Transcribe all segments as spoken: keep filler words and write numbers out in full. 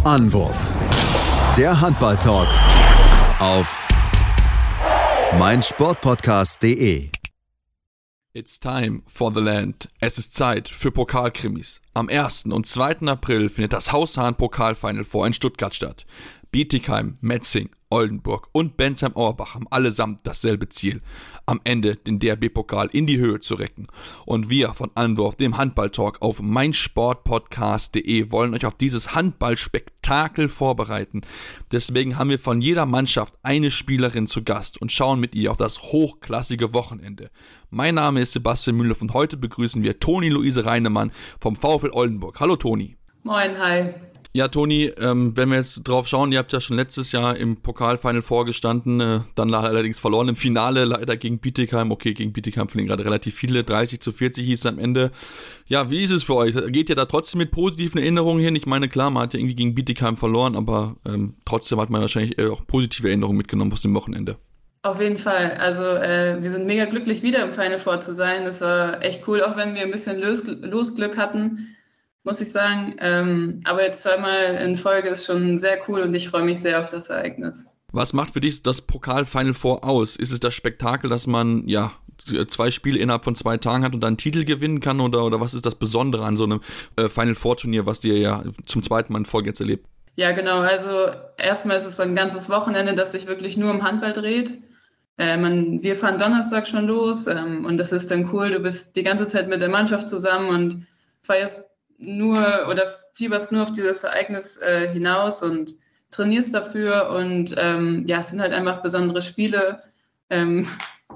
Anwurf. Der Handball-Talk auf meinsportpodcast punkt de. It's time for the land. Es ist Zeit für Pokalkrimis. Am ersten und zweiten April findet das Haushahn-Pokalfinal Four in Stuttgart statt. Bietigheim, Metzing, Oldenburg und Bensheim-Auerbach haben allesamt dasselbe Ziel: am Ende den D R B-Pokal in die Höhe zu recken. Und wir von Anwurf, dem Handball-Talk auf meinsportpodcast punkt de, wollen euch auf dieses Handballspektakel vorbereiten. Deswegen haben wir von jeder Mannschaft eine Spielerin zu Gast und schauen mit ihr auf das hochklassige Wochenende. Mein Name ist Sebastian Mühlhoff und heute begrüßen wir Toni Luise Reinemann vom VfL Oldenburg. Hallo Toni. Moin, hi. Ja, Toni, ähm, wenn wir jetzt drauf schauen, ihr habt ja schon letztes Jahr im Pokalfinal vorgestanden, äh, dann allerdings verloren im Finale, leider gegen Bietigheim. Okay, gegen Bietigheim verlieren gerade relativ viele, dreißig zu vierzig hieß es am Ende. Ja, wie ist es für euch? Geht ihr da trotzdem mit positiven Erinnerungen hin? Ich meine, klar, man hat ja irgendwie gegen Bietigheim verloren, aber ähm, trotzdem hat man wahrscheinlich auch positive Erinnerungen mitgenommen aus dem Wochenende. Auf jeden Fall. Also äh, wir sind mega glücklich, wieder im Final Four zu sein. Das war echt cool, auch wenn wir ein bisschen Los- Losglück hatten, muss ich sagen. Ähm, aber jetzt zweimal in Folge ist schon sehr cool und ich freue mich sehr auf das Ereignis. Was macht für dich das Pokal-Final Four aus? Ist es das Spektakel, dass man ja zwei Spiele innerhalb von zwei Tagen hat und dann einen Titel gewinnen kann? Oder, oder was ist das Besondere an so einem äh, Final Four-Turnier, was ihr ja zum zweiten Mal in Folge jetzt erlebt? Ja, genau. Also erstmal ist es so ein ganzes Wochenende, das sich wirklich nur um Handball dreht. Äh, man, wir fahren Donnerstag schon los ähm, und das ist dann cool. Du bist die ganze Zeit mit der Mannschaft zusammen und feierst nur oder fieberst nur auf dieses Ereignis äh, hinaus und trainierst dafür und ähm, ja, es sind halt einfach besondere Spiele. Ähm,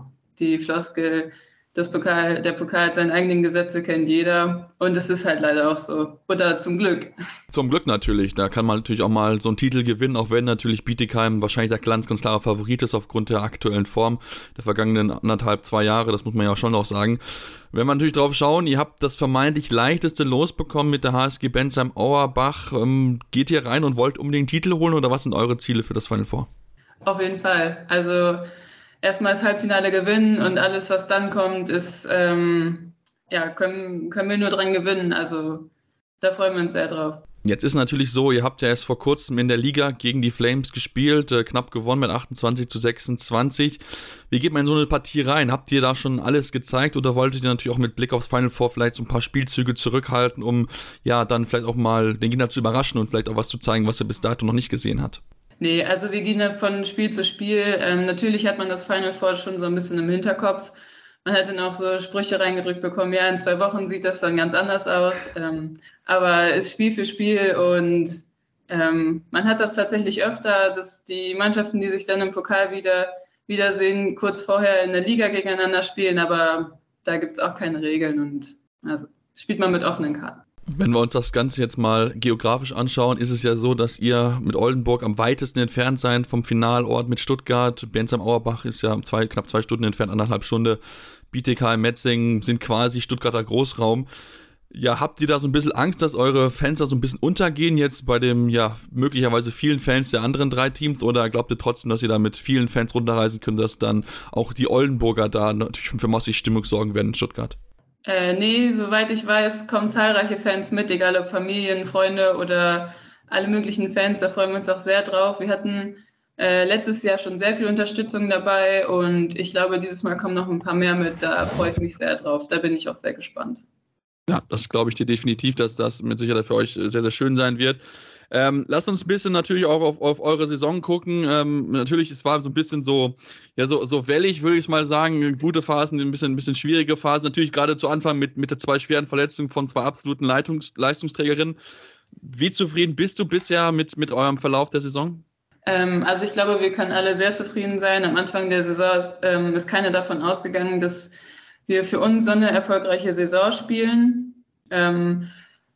die Floskel, das Pokal, der Pokal hat seine eigenen Gesetze, kennt jeder und es ist halt leider auch so. Oder zum Glück. Zum Glück natürlich, da kann man natürlich auch mal so einen Titel gewinnen, auch wenn natürlich Bietigheim wahrscheinlich der ganz, ganz klare Favorit ist aufgrund der aktuellen Form der vergangenen anderthalb, zwei Jahre, das muss man ja auch schon noch sagen. Wenn wir natürlich drauf schauen, ihr habt das vermeintlich leichteste losbekommen mit der H S G Bensheim-Auerbach. Ähm, geht ihr rein und wollt unbedingt den Titel holen oder was sind eure Ziele für das Final Four? Auf jeden Fall. Also erstmal das Halbfinale gewinnen und alles, was dann kommt, ist, ähm, ja, können, können wir nur dran gewinnen. Also da freuen wir uns sehr drauf. Jetzt ist natürlich so, ihr habt ja erst vor kurzem in der Liga gegen die Flames gespielt, äh, knapp gewonnen mit achtundzwanzig zu sechsundzwanzig. Wie geht man in so eine Partie rein? Habt ihr da schon alles gezeigt oder wolltet ihr natürlich auch mit Blick aufs Final Four vielleicht so ein paar Spielzüge zurückhalten, um ja dann vielleicht auch mal den Gegner zu überraschen und vielleicht auch was zu zeigen, was er bis dato noch nicht gesehen hat? Nee, also wir gehen da von Spiel zu Spiel. Ähm, natürlich hat man das Final Four schon so ein bisschen im Hinterkopf. Man hat dann auch so Sprüche reingedrückt bekommen, ja, in zwei Wochen sieht das dann ganz anders aus. Ähm, aber es ist Spiel für Spiel und ähm, man hat das tatsächlich öfter, dass die Mannschaften, die sich dann im Pokal wieder wiedersehen, kurz vorher in der Liga gegeneinander spielen, aber da gibt es auch keine Regeln und also spielt man mit offenen Karten. Wenn wir uns das Ganze jetzt mal geografisch anschauen, ist es ja so, dass ihr mit Oldenburg am weitesten entfernt seid vom Finalort mit Stuttgart. Bensheim-Auerbach ist ja zwei, knapp zwei Stunden entfernt, anderthalb Stunde. Bietigheim, Metzing sind quasi Stuttgarter Großraum. Ja, habt ihr da so ein bisschen Angst, dass eure Fans da so ein bisschen untergehen jetzt bei dem, ja, möglicherweise vielen Fans der anderen drei Teams? Oder glaubt ihr trotzdem, dass ihr da mit vielen Fans runterreisen könnt, dass dann auch die Oldenburger da natürlich für massig Stimmung sorgen werden in Stuttgart? Äh, nee, soweit ich weiß, kommen zahlreiche Fans mit, egal ob Familien, Freunde oder alle möglichen Fans. Da freuen wir uns auch sehr drauf. Wir hatten äh, letztes Jahr schon sehr viel Unterstützung dabei und ich glaube, dieses Mal kommen noch ein paar mehr mit. Da freue ich mich sehr drauf. Da bin ich auch sehr gespannt. Ja, das glaube ich dir definitiv, dass das mit Sicherheit für euch sehr, sehr schön sein wird. Ähm, lasst uns ein bisschen natürlich auch auf, auf eure Saison gucken. Ähm, natürlich, es war so ein bisschen so, ja, so, so wellig, würde ich mal sagen. Gute Phasen, ein bisschen, ein bisschen schwierige Phasen. Natürlich gerade zu Anfang mit, mit der zwei schweren Verletzungen von zwei absoluten Leitungs- Leistungsträgerinnen. Wie zufrieden bist du bisher mit, mit eurem Verlauf der Saison? Ähm, also ich glaube, wir können alle sehr zufrieden sein. Am Anfang der Saison ist, ähm, ist keiner davon ausgegangen, dass wir für uns so eine erfolgreiche Saison spielen. Ähm,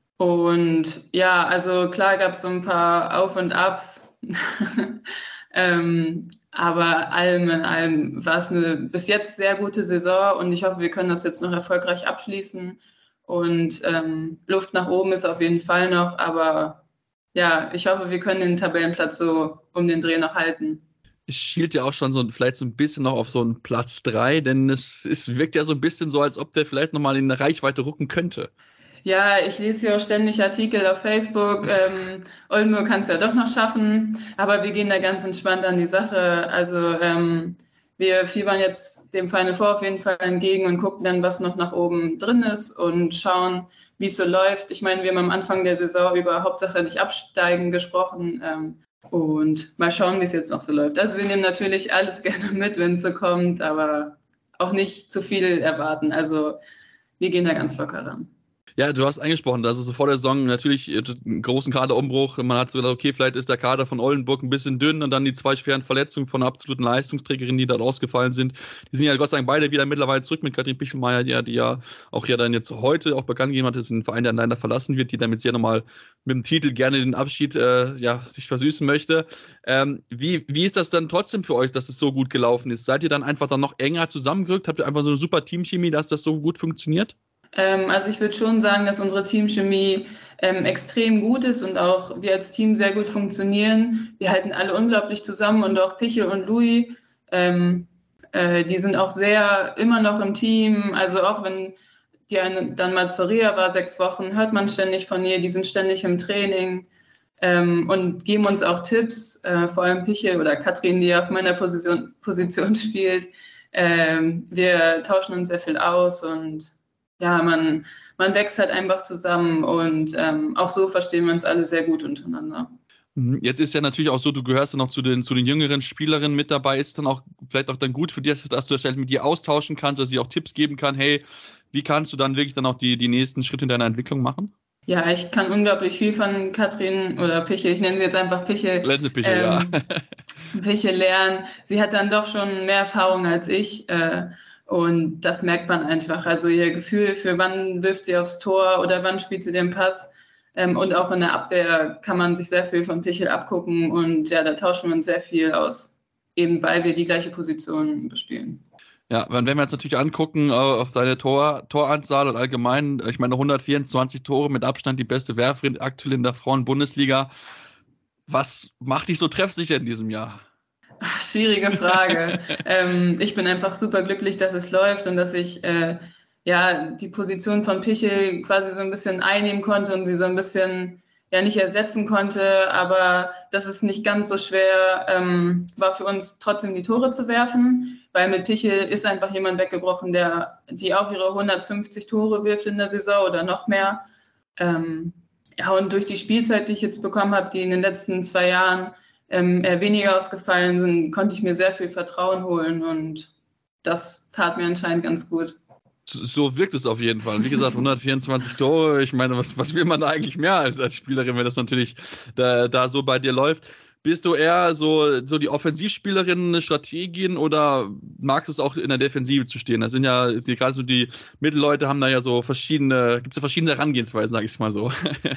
Und ja, also klar gab es so ein paar Auf und Abs, ähm, aber allem in allem war es eine bis jetzt sehr gute Saison und ich hoffe, wir können das jetzt noch erfolgreich abschließen und ähm, Luft nach oben ist auf jeden Fall noch, aber ja, ich hoffe, wir können den Tabellenplatz so um den Dreh noch halten. Schielt ja auch schon so vielleicht so ein bisschen noch auf so einen Platz drei, denn es, es wirkt ja so ein bisschen so, als ob der vielleicht nochmal in eine Reichweite rücken könnte. Ja, ich lese ja auch ständig Artikel auf Facebook. Ähm, Oldenburg kann es ja doch noch schaffen, aber wir gehen da ganz entspannt an die Sache. Also ähm, wir fiebern jetzt dem Final Four auf jeden Fall entgegen und gucken dann, was noch nach oben drin ist und schauen, wie es so läuft. Ich meine, wir haben am Anfang der Saison über Hauptsache nicht absteigen gesprochen ähm, und mal schauen, wie es jetzt noch so läuft. Also wir nehmen natürlich alles gerne mit, wenn es so kommt, aber auch nicht zu viel erwarten. Also wir gehen da ganz locker ran. Ja, du hast angesprochen, also so vor der Saison natürlich einen großen Kaderumbruch. Man hat so gedacht, okay, vielleicht ist der Kader von Oldenburg ein bisschen dünn und dann die zwei schweren Verletzungen von absoluten Leistungsträgerinnen, die dort ausgefallen sind. Die sind ja Gott sei Dank beide wieder mittlerweile zurück mit Katrin Pichelmeier, die ja, die ja auch ja dann jetzt heute auch bekannt gegeben hat, dass ein Verein, der leider verlassen wird, die damit sehr nochmal mit dem Titel gerne den Abschied äh, ja, sich versüßen möchte. Ähm, wie, wie ist das dann trotzdem für euch, dass es so gut gelaufen ist? Seid ihr dann einfach dann noch enger zusammengerückt? Habt ihr einfach so eine super Teamchemie, dass das so gut funktioniert? Ähm, also ich würde schon sagen, dass unsere Teamchemie ähm, extrem gut ist und auch wir als Team sehr gut funktionieren. Wir halten alle unglaublich zusammen und auch Pichel und Louis, ähm, äh, die sind auch sehr immer noch im Team. Also auch wenn die eine, dann mal zur Reha war, sechs Wochen, hört man ständig von ihr, die sind ständig im Training ähm, und geben uns auch Tipps, äh, vor allem Pichel oder Katrin, die auf meiner Position, Position spielt. Ähm, wir tauschen uns sehr viel aus und ja, man, man wächst halt einfach zusammen und ähm, auch so verstehen wir uns alle sehr gut untereinander. Jetzt ist ja natürlich auch so, du gehörst ja noch zu den, zu den jüngeren Spielerinnen mit dabei. Ist dann auch vielleicht auch dann gut für dich, dass du das halt mit dir austauschen kannst, dass sie auch Tipps geben kann, hey, wie kannst du dann wirklich dann auch die, die nächsten Schritte in deiner Entwicklung machen? Ja, ich kann unglaublich viel von Katrin oder Pichel, ich nenne sie jetzt einfach Pichel, Pichel, ähm, ja. Pichel lernen. Sie hat dann doch schon mehr Erfahrung als ich. Äh, Und das merkt man einfach. Also ihr Gefühl für wann wirft sie aufs Tor oder wann spielt sie den Pass. Ähm, und auch in der Abwehr kann man sich sehr viel von Pichel abgucken. Und ja, da tauschen wir uns sehr viel aus, eben weil wir die gleiche Position bespielen. Ja, wenn wir uns natürlich angucken äh, auf deine Tor, Toranzahl und allgemein, ich meine hundertvierundzwanzig Tore, mit Abstand die beste Werferin aktuell in der Frauen-Bundesliga. Was macht dich so treffsicher in diesem Jahr? Ach, schwierige Frage. ähm, ich bin einfach super glücklich, dass es läuft und dass ich äh, ja die Position von Pichel quasi so ein bisschen einnehmen konnte und sie so ein bisschen ja nicht ersetzen konnte, aber dass es nicht ganz so schwer ähm, war für uns trotzdem die Tore zu werfen, weil mit Pichel ist einfach jemand weggebrochen, der die auch ihre hundertfünfzig Tore wirft in der Saison oder noch mehr. Ähm, ja, und durch die Spielzeit, die ich jetzt bekommen habe, die in den letzten zwei Jahren Ähm, eher weniger ausgefallen sind, konnte ich mir sehr viel Vertrauen holen und das tat mir anscheinend ganz gut. So wirkt es auf jeden Fall. Wie gesagt, hundertvierundzwanzig Tore, ich meine, was, was will man da eigentlich mehr als, als Spielerin, wenn das natürlich da, da so bei dir läuft? Bist du eher so, so die Offensivspielerin, Strategien oder magst du es auch in der Defensive zu stehen? Das sind ja, ist ja gerade so die Mittelleute haben da ja so verschiedene, gibt es ja verschiedene Herangehensweisen, sag ich es mal so.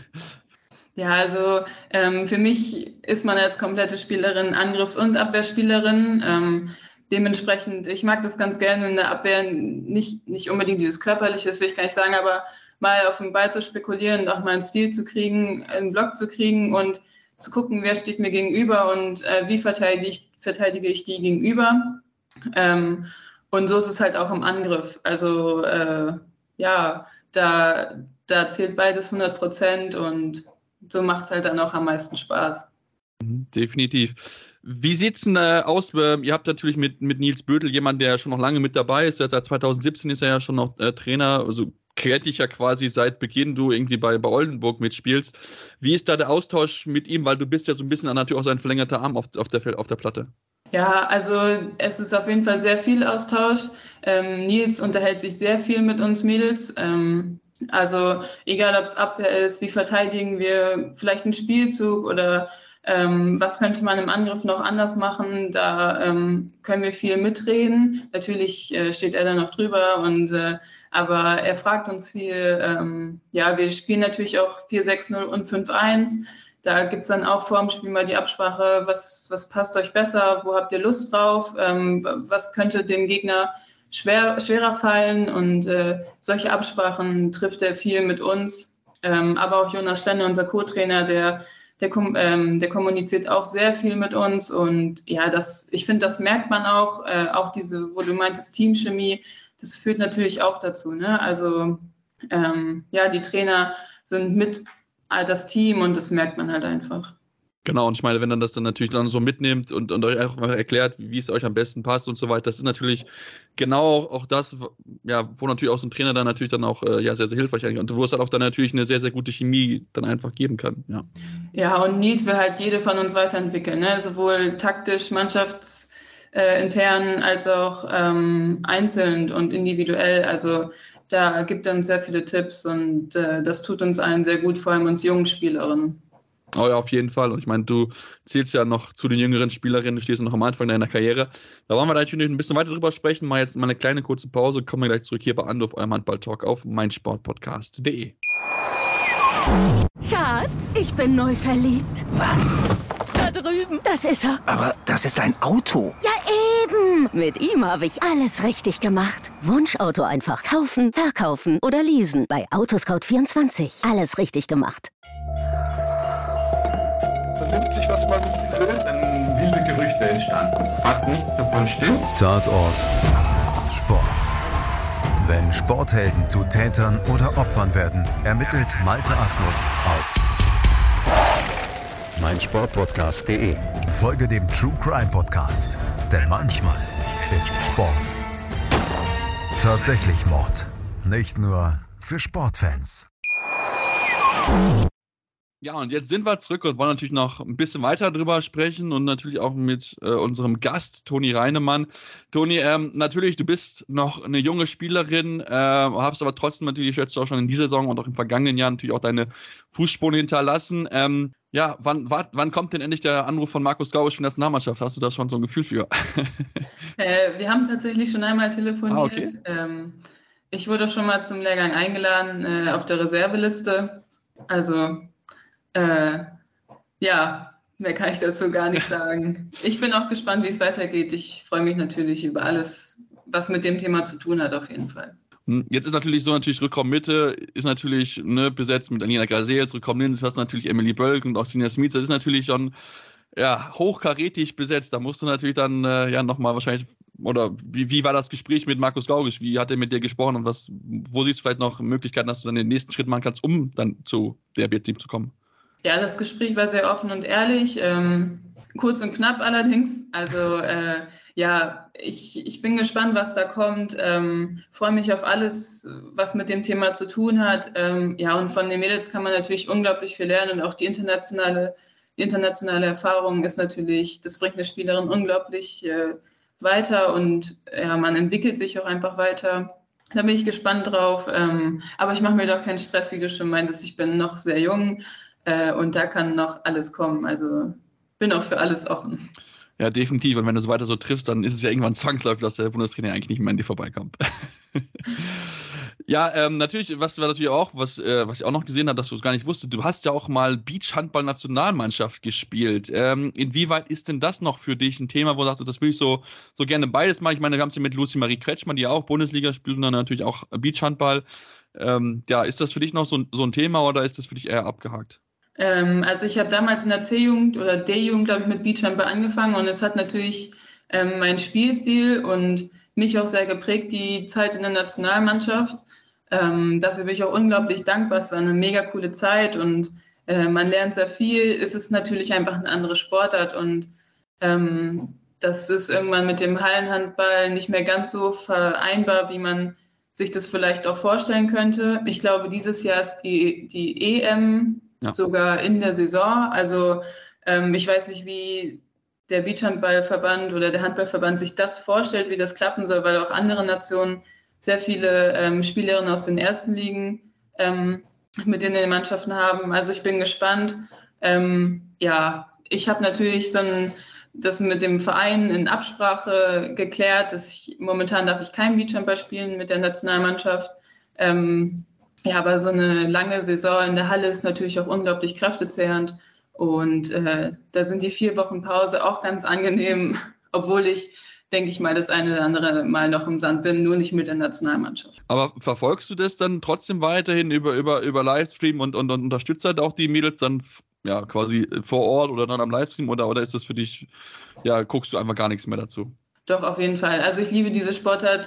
Ja, also ähm, für mich ist man als komplette Spielerin Angriffs- und Abwehrspielerin. Ähm, dementsprechend, ich mag das ganz gerne in der Abwehr, nicht, nicht unbedingt dieses Körperliche, das will ich gar nicht sagen, aber mal auf den Ball zu spekulieren und auch mal einen Stil zu kriegen, einen Block zu kriegen und zu gucken, wer steht mir gegenüber und äh, wie verteidige ich, verteidige ich die gegenüber. Ähm, und so ist es halt auch im Angriff. Also äh, ja, da, da zählt beides hundert Prozent und so macht es halt dann auch am meisten Spaß. Definitiv. Wie sieht es denn äh, aus? Ihr habt natürlich mit, mit Nils Bödel jemanden, der schon noch lange mit dabei ist. Seit zwanzig siebzehn ist er ja schon noch äh, Trainer. Also kennt dich ja quasi seit Beginn, du irgendwie bei, bei Oldenburg mitspielst. Wie ist da der Austausch mit ihm? Weil du bist ja so ein bisschen natürlich auch sein verlängerter Arm auf, auf, der, auf der Platte. Ja, also es ist auf jeden Fall sehr viel Austausch. Ähm, Nils unterhält sich sehr viel mit uns Mädels. Ähm, Also egal, ob es Abwehr ist, wie verteidigen wir vielleicht einen Spielzug oder ähm, was könnte man im Angriff noch anders machen, da ähm, können wir viel mitreden. Natürlich äh, steht er da noch drüber, und, äh, aber er fragt uns viel. Ähm, ja, wir spielen natürlich auch vier sechs null und fünf eins. Da gibt es dann auch vor dem Spiel mal die Absprache, was, was passt euch besser, wo habt ihr Lust drauf, ähm, was könnte dem Gegner Schwer, schwerer fallen, und äh, solche Absprachen trifft er viel mit uns. Ähm, aber auch Jonas Stende, unser Co-Trainer, der, der, ähm, der kommuniziert auch sehr viel mit uns, und ja, das, ich finde, das merkt man auch, äh, auch diese, wo du meintest, Teamchemie, das führt natürlich auch dazu, ne? Also ähm, ja, die Trainer sind mit das Team und das merkt man halt einfach. Genau, und ich meine, wenn dann das dann natürlich dann so mitnimmt und, und euch auch erklärt, wie es euch am besten passt und so weiter, das ist natürlich genau auch das, ja, wo natürlich auch so ein Trainer dann natürlich dann auch äh, ja, sehr, sehr hilfreich eigentlich und wo es halt auch dann natürlich eine sehr, sehr gute Chemie dann einfach geben kann, ja. Ja, und Nils will halt jede von uns weiterentwickeln, ne? Sowohl taktisch, mannschaftsintern als auch ähm, einzeln und individuell, also da gibt er uns sehr viele Tipps und äh, das tut uns allen sehr gut, vor allem uns jungen Spielerinnen. Oh ja, auf jeden Fall. Und ich meine, du zählst ja noch zu den jüngeren Spielerinnen, du stehst noch am Anfang deiner Karriere. Da wollen wir natürlich ein bisschen weiter drüber sprechen. Mal jetzt mal eine kleine kurze Pause. Kommen wir gleich zurück hier bei Ando auf eurem Handball-Talk auf meinsportpodcast punkt de. Schatz, ich bin neu verliebt. Was? Da drüben. Das ist er. Aber das ist ein Auto. Ja, eben. Mit ihm habe ich alles richtig gemacht. Wunschauto einfach kaufen, verkaufen oder leasen. Bei Autoscout vierundzwanzig. Alles richtig gemacht. Vernimmt sich, was man will, dann wilde Gerüchte entstanden. Fast nichts davon stimmt. Tatort Sport. Wenn Sporthelden zu Tätern oder Opfern werden, ermittelt Malte Asmus auf meinsportpodcast punkt de. Folge dem True Crime Podcast, denn manchmal ist Sport tatsächlich Mord. Nicht nur für Sportfans. Ja, und jetzt sind wir zurück und wollen natürlich noch ein bisschen weiter drüber sprechen und natürlich auch mit äh, unserem Gast, Toni Reinemann. Toni, ähm, natürlich, du bist noch eine junge Spielerin, äh, hast aber trotzdem natürlich jetzt auch schon in dieser Saison und auch im vergangenen Jahr natürlich auch deine Fußspuren hinterlassen. Ähm, ja, wann, wann, wann kommt denn endlich der Anruf von Markus Gaubisch von der Nationalmannschaft? Hast du da schon so ein Gefühl für? äh, wir haben tatsächlich schon einmal telefoniert. Ah, okay. ähm, ich wurde schon mal zum Lehrgang eingeladen äh, auf der Reserveliste. Also Äh, ja, mehr kann ich dazu gar nicht sagen. Ich bin auch gespannt, wie es weitergeht. Ich freue mich natürlich über alles, was mit dem Thema zu tun hat, auf jeden Fall. Jetzt ist natürlich so, natürlich Rückraum Mitte ist natürlich ne, besetzt mit Alina Gazels, Rückraum links hast natürlich Emily Bölk und auch Sinja Smits. Das ist natürlich schon ja, hochkarätig besetzt. Da musst du natürlich dann äh, ja nochmal wahrscheinlich, oder wie, wie war das Gespräch mit Markus Gaugisch? Wie hat er mit dir gesprochen und was, wo siehst du vielleicht noch Möglichkeiten, dass du dann den nächsten Schritt machen kannst, um dann zu der B-Team zu kommen? Ja, das Gespräch war sehr offen und ehrlich, ähm, kurz und knapp allerdings. Also äh, ja, ich, ich bin gespannt, was da kommt. Ähm, freue mich auf alles, was mit dem Thema zu tun hat. Ähm, ja, und von den Mädels kann man natürlich unglaublich viel lernen und auch die internationale, die internationale Erfahrung ist natürlich, das bringt eine Spielerin unglaublich äh, weiter und ja, man entwickelt sich auch einfach weiter. Da bin ich gespannt drauf. Ähm, aber ich mache mir doch keinen Stress, wie du schon meintest. Ich bin noch sehr jung. Und da kann noch alles kommen. Also bin auch für alles offen. Ja, definitiv. Und wenn du so weiter so triffst, dann ist es ja irgendwann zwangsläufig, dass der Bundestrainer eigentlich nicht mehr an dir vorbeikommt. Ja, ähm, natürlich, was wir natürlich auch, was, äh, was ich auch noch gesehen habe, dass du es gar nicht wusstest, du hast ja auch mal Beachhandball-Nationalmannschaft gespielt. Ähm, inwieweit ist denn das noch für dich ein Thema, wo du sagst, das will ich so, so gerne beides machen? Ich meine, wir haben es ja mit Lucy Marie Kretschmann, die ja auch Bundesliga spielt und dann natürlich auch Beachhandball. Ähm, ja, ist das für dich noch so, so ein Thema oder ist das für dich eher abgehakt? Ähm, also ich habe damals in der C-Jugend oder D-Jugend, glaube ich, mit Beachhandball angefangen und es hat natürlich ähm, meinen Spielstil und mich auch sehr geprägt, die Zeit in der Nationalmannschaft. Ähm, dafür bin ich auch unglaublich dankbar. Es war eine mega coole Zeit und äh, man lernt sehr viel. Es ist natürlich einfach eine andere Sportart und ähm, das ist irgendwann mit dem Hallenhandball nicht mehr ganz so vereinbar, wie man sich das vielleicht auch vorstellen könnte. Ich glaube, dieses Jahr ist die, die E M ja. sogar in der Saison. Also ähm, ich weiß nicht, wie der Beachhandballverband oder der Handballverband sich das vorstellt, wie das klappen soll, weil auch andere Nationen sehr viele ähm, Spielerinnen aus den ersten Ligen ähm, mit in den Mannschaften haben. Also ich bin gespannt. Ähm, ja, ich habe natürlich so ein, das mit dem Verein in Absprache geklärt. Dass ich, momentan darf ich kein Beachhandball spielen mit der Nationalmannschaft. Ähm, ja, aber so eine lange Saison in der Halle ist natürlich auch unglaublich kräftezehrend. Und äh, da sind die vier Wochen Pause auch ganz angenehm, obwohl ich, denke ich mal, das eine oder andere Mal noch im Sand bin, nur nicht mit der Nationalmannschaft. Aber verfolgst du das dann trotzdem weiterhin über, über, über Livestream und, und, und unterstützt halt auch die Mädels dann ja quasi vor Ort oder dann am Livestream oder, oder ist das für dich, ja, guckst du einfach gar nichts mehr dazu? Doch, auf jeden Fall. Also ich liebe diese Sportart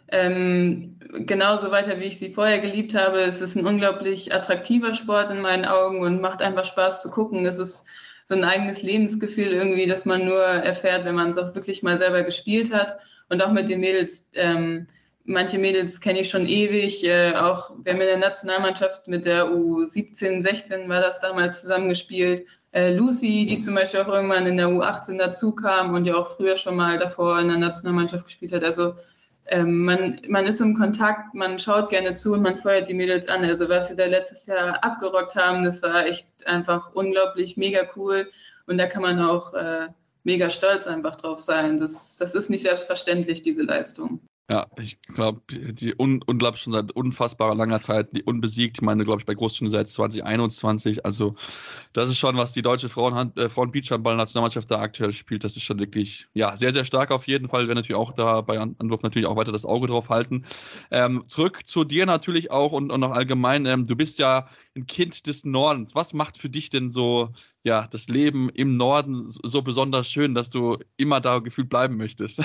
ähm, genauso weiter, wie ich sie vorher geliebt habe. Es ist ein unglaublich attraktiver Sport in meinen Augen und macht einfach Spaß zu gucken. Es ist so ein eigenes Lebensgefühl irgendwie, das man nur erfährt, wenn man es auch wirklich mal selber gespielt hat. Und auch mit den Mädels, ähm, manche Mädels kenne ich schon ewig, äh, auch wir haben in der Nationalmannschaft mit der U siebzehn, sechzehn war das damals zusammengespielt. Äh, Lucy, die zum Beispiel auch irgendwann in der U achtzehn dazu kam und ja auch früher schon mal davor in der Nationalmannschaft gespielt hat. Also ähm, man, man ist im Kontakt, man schaut gerne zu und man feuert die Mädels an. Also was sie da letztes Jahr abgerockt haben, das war echt einfach unglaublich, mega cool. Und da kann man auch äh, mega stolz einfach drauf sein. Das, das ist nicht selbstverständlich, diese Leistung. Ja, ich glaube, die un unglaublich schon seit unfassbarer langer Zeit, die unbesiegt, ich meine, glaube ich, bei Großturnier seit zwanzig einundzwanzig, also das ist schon, was die deutsche Frauenhand, äh, Frauen-Beachhandball-Nationalmannschaft da aktuell spielt, das ist schon wirklich, ja, sehr, sehr stark auf jeden Fall, wir werden natürlich auch da bei Anwurf natürlich auch weiter das Auge drauf halten. Ähm, zurück zu dir natürlich auch und, und noch allgemein, ähm, du bist ja ein Kind des Nordens, was macht für dich denn so, ja, das Leben im Norden so besonders schön, dass du immer da gefühlt bleiben möchtest?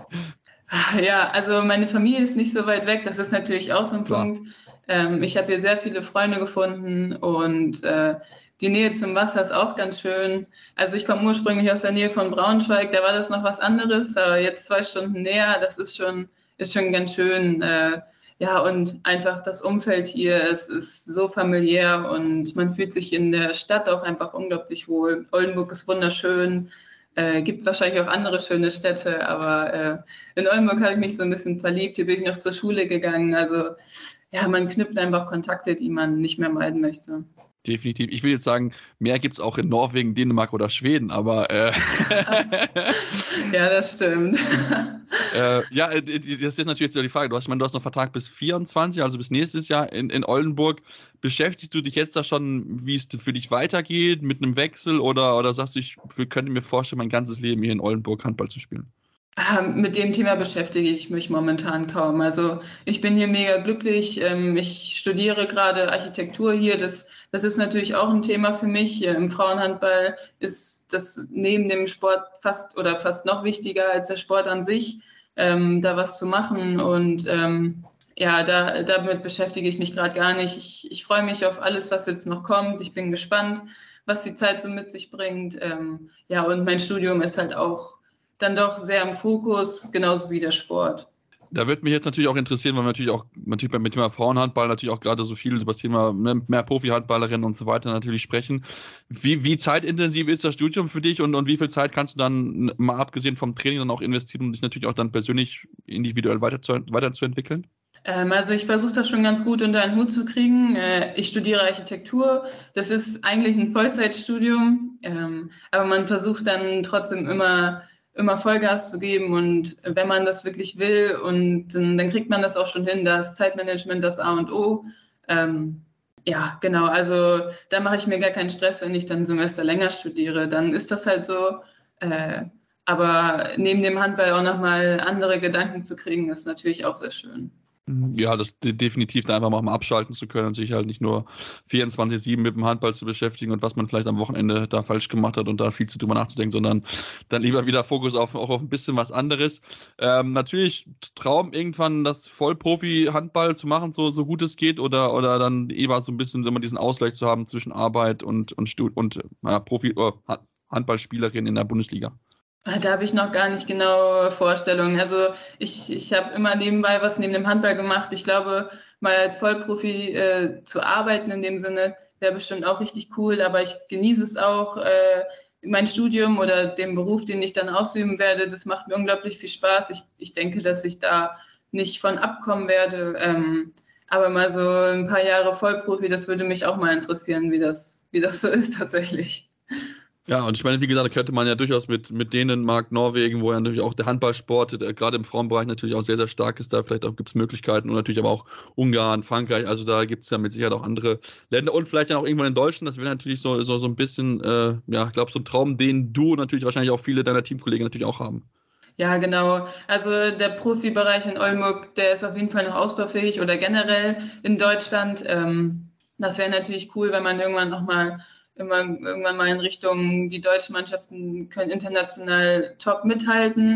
Ja, also meine Familie ist nicht so weit weg, das ist natürlich auch so ein Klar. Punkt. Ähm, ich habe hier sehr viele Freunde gefunden und äh, die Nähe zum Wasser ist auch ganz schön. Also ich komme ursprünglich aus der Nähe von Braunschweig, da war das noch was anderes, aber jetzt zwei Stunden näher, das ist schon, ist schon ganz schön. Äh, ja, und einfach das Umfeld hier, es ist so familiär und man fühlt sich in der Stadt auch einfach unglaublich wohl. Oldenburg ist wunderschön. Äh, gibt wahrscheinlich auch andere schöne Städte, aber äh, in Oldenburg habe ich mich so ein bisschen verliebt. Hier bin ich noch zur Schule gegangen. Also ja, man knüpft einfach Kontakte, die man nicht mehr meiden möchte. Definitiv. Ich will jetzt sagen, mehr gibt es auch in Norwegen, Dänemark oder Schweden, aber äh ja, das stimmt. äh, ja, das ist natürlich jetzt die Frage. Du hast, ich meine, du hast noch Vertrag bis vierundzwanzig, also bis nächstes Jahr in, in Oldenburg. Beschäftigst du dich jetzt da schon, wie es für dich weitergeht, mit einem Wechsel oder, oder sagst du, ich könnte mir vorstellen, mein ganzes Leben hier in Oldenburg Handball zu spielen? Mit dem Thema beschäftige ich mich momentan kaum. Also ich bin hier mega glücklich. Ich studiere gerade Architektur hier. Das, das ist natürlich auch ein Thema für mich. Im Frauenhandball ist das neben dem Sport fast oder fast noch wichtiger als der Sport an sich, da was zu machen. Und ja, da, damit beschäftige ich mich gerade gar nicht. Ich, ich freue mich auf alles, was jetzt noch kommt. Ich bin gespannt, was die Zeit so mit sich bringt. Ja, und mein Studium ist halt auch dann doch sehr im Fokus, genauso wie der Sport. Da würde mich jetzt natürlich auch interessieren, weil wir natürlich auch natürlich beim Thema Frauenhandball natürlich auch gerade so viel über das Thema ne, mehr Profi-Handballerinnen und so weiter natürlich sprechen. Wie, wie zeitintensiv ist das Studium für dich und, und wie viel Zeit kannst du dann mal abgesehen vom Training dann auch investieren, um dich natürlich auch dann persönlich individuell weiterzu, weiterzuentwickeln? Ähm, also ich versuche das schon ganz gut unter einen Hut zu kriegen. Äh, ich studiere Architektur. Das ist eigentlich ein Vollzeitstudium, ähm, aber man versucht dann trotzdem immer immer Vollgas zu geben und wenn man das wirklich will und dann, dann kriegt man das auch schon hin, das Zeitmanagement, das A und O. Ähm, ja, genau, also da mache ich mir gar keinen Stress, wenn ich dann ein Semester länger studiere, dann ist das halt so. Äh, aber neben dem Handball auch nochmal andere Gedanken zu kriegen, ist natürlich auch sehr schön. Ja, das definitiv da einfach mal abschalten zu können und sich halt nicht nur vierundzwanzig sieben mit dem Handball zu beschäftigen und was man vielleicht am Wochenende da falsch gemacht hat und da viel zu drüber nachzudenken, sondern dann lieber wieder Fokus auf, auch auf ein bisschen was anderes. Ähm, natürlich Traum, irgendwann das Vollprofi-Handball zu machen, so, so gut es geht, oder, oder dann eher so ein bisschen immer diesen Ausgleich zu haben zwischen Arbeit und, und, Stud- und äh, Profi- äh, Handballspielerin in der Bundesliga. Da habe ich noch gar nicht genaue Vorstellungen. Also ich, ich habe immer nebenbei was neben dem Handball gemacht. Ich glaube, mal als Vollprofi äh, zu arbeiten in dem Sinne wäre bestimmt auch richtig cool, aber ich genieße es auch. Äh, mein Studium oder den Beruf, den ich dann ausüben werde, das macht mir unglaublich viel Spaß. Ich, ich denke, dass ich da nicht von abkommen werde. Ähm, aber mal so ein paar Jahre Vollprofi, das würde mich auch mal interessieren, wie das, wie das so ist tatsächlich. Ja, und ich meine, wie gesagt, da könnte man ja durchaus mit, mit Dänemark, Norwegen, wo ja natürlich auch der Handballsport, der gerade im Frauenbereich natürlich auch sehr, sehr stark ist, da vielleicht auch gibt es Möglichkeiten und natürlich aber auch Ungarn, Frankreich, also da gibt es ja mit Sicherheit auch andere Länder und vielleicht dann auch irgendwann in Deutschland, das wäre natürlich so, so, so ein bisschen, äh, ja, ich glaube, so ein Traum, den du natürlich wahrscheinlich auch viele deiner Teamkollegen natürlich auch haben. Ja, genau. Also der Profibereich in Oldenburg, der ist auf jeden Fall noch ausbaufähig oder generell in Deutschland. Ähm, das wäre natürlich cool, wenn man irgendwann nochmal Immer, irgendwann mal in Richtung, die deutschen Mannschaften können international top mithalten.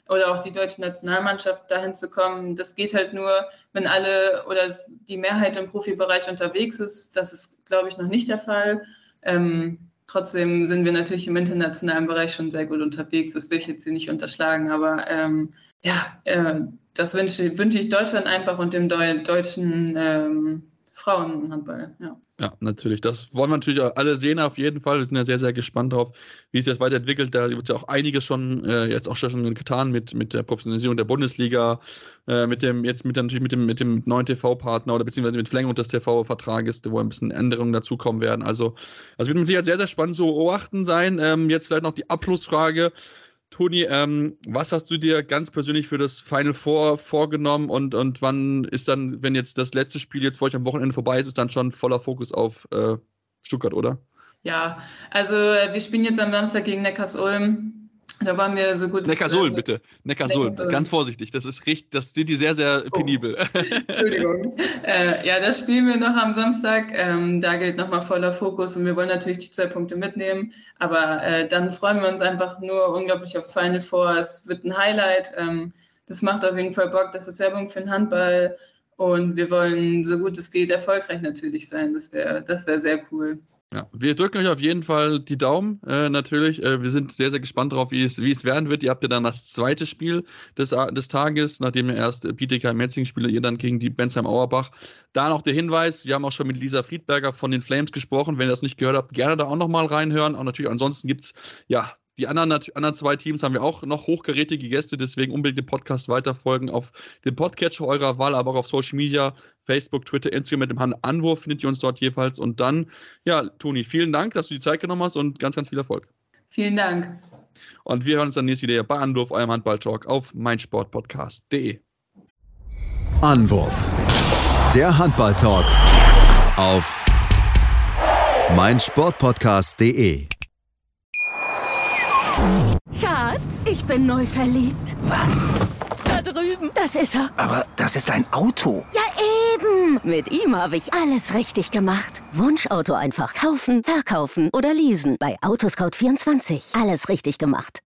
oder auch die deutsche Nationalmannschaft dahin zu kommen. Das geht halt nur, wenn alle oder die Mehrheit im Profibereich unterwegs ist. Das ist, glaube ich, noch nicht der Fall. Ähm, trotzdem sind wir natürlich im internationalen Bereich schon sehr gut unterwegs. Das will ich jetzt hier nicht unterschlagen, aber ähm, ja, äh, das wünsche, wünsche ich Deutschland einfach und dem Deu- deutschen ähm, Frauenhandball, ja. Ja, natürlich. Das wollen wir natürlich auch alle sehen auf jeden Fall. Wir sind ja sehr, sehr gespannt drauf, wie es jetzt weiterentwickelt. Da wird ja auch einiges schon äh, jetzt auch schon getan mit, mit der Professionalisierung der Bundesliga, äh, mit dem, jetzt mit natürlich mit dem, mit dem neuen T V-Partner oder beziehungsweise mit Verlängerung des T V-Vertrages, wo ein bisschen Änderungen dazukommen werden. Also, das wird mit Sicherheit sehr, sehr spannend zu beobachten sein. Ähm, jetzt vielleicht noch die Abschlussfrage. Toni, ähm, was hast du dir ganz persönlich für das Final Four vorgenommen und, und wann ist dann, wenn jetzt das letzte Spiel jetzt für euch am Wochenende vorbei ist, ist dann schon voller Fokus auf äh, Stuttgart, oder? Ja, also wir spielen jetzt am Samstag gegen Neckarsulm. Da waren wir so gut. Neckarsulm, bitte. Neckarsulm. Neckarsulm. Ganz vorsichtig. Das ist richtig, das sind die sehr, sehr penibel. Oh. Entschuldigung. äh, ja, das spielen wir noch am Samstag. Ähm, da gilt nochmal voller Fokus und wir wollen natürlich die zwei Punkte mitnehmen. Aber äh, dann freuen wir uns einfach nur unglaublich aufs Final Four. Es wird ein Highlight. Ähm, das macht auf jeden Fall Bock. Das ist Werbung für den Handball. Und wir wollen, so gut es geht, erfolgreich natürlich sein. Das wäre das wär sehr cool. Ja, wir drücken euch auf jeden Fall die Daumen, äh, natürlich. Äh, wir sind sehr, sehr gespannt darauf, wie es, wie es werden wird. Ihr habt ja dann das zweite Spiel des, des Tages, nachdem ihr erst B T K Metzingen spielt, ihr dann gegen die Bensheim-Auerbach. Da noch der Hinweis, wir haben auch schon mit Lisa Friedberger von den Flames gesprochen. Wenn ihr das nicht gehört habt, gerne da auch nochmal reinhören. Auch natürlich, ansonsten gibt es, ja, die anderen, anderen zwei Teams haben wir auch noch hochkarätige Gäste, deswegen unbedingt den Podcast weiterfolgen auf dem Podcatcher eurer Wahl, aber auch auf Social Media, Facebook, Twitter, Instagram mit dem Hand Anwurf findet ihr uns dort jeweils. Und dann, ja, Toni, vielen Dank, dass du die Zeit genommen hast und ganz, ganz viel Erfolg. Vielen Dank. Und wir hören uns dann nächstes wieder bei Anwurf, eurem Handball-Talk auf meinsportpodcast punkt de. Anwurf, der Handball-Talk auf meinsportpodcast punkt de. Schatz, ich bin neu verliebt. Was? Da drüben. Das ist er. Aber das ist ein Auto. Ja, eben. Mit ihm habe ich alles richtig gemacht. Wunschauto einfach kaufen, verkaufen oder leasen. Bei Autoscout vierundzwanzig. Alles richtig gemacht.